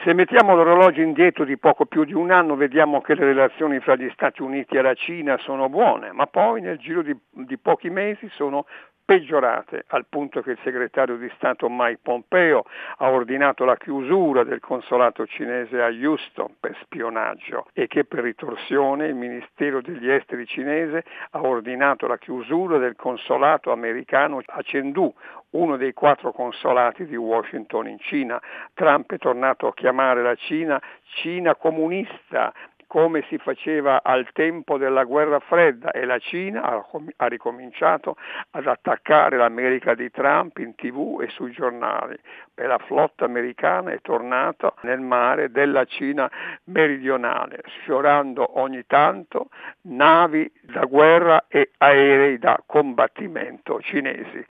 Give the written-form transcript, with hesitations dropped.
Se mettiamo l'orologio indietro di poco più di un anno vediamo che le relazioni fra gli Stati Uniti e la Cina sono buone, ma poi nel giro di pochi mesi sono peggiorate, al punto che il segretario di Stato Mike Pompeo ha ordinato la chiusura del consolato cinese a Houston per spionaggio e che per ritorsione il Ministero degli Esteri cinese ha ordinato la chiusura del consolato americano a Chengdu, uno dei 4 consolati di Washington in Cina. Trump è tornato a chiamare la Cina comunista, come si faceva al tempo della guerra fredda, e la Cina ha ricominciato ad attaccare l'America di Trump in TV e sui giornali. E la flotta americana è tornata nel mare della Cina meridionale, sfiorando ogni tanto navi da guerra e aerei da combattimento cinesi.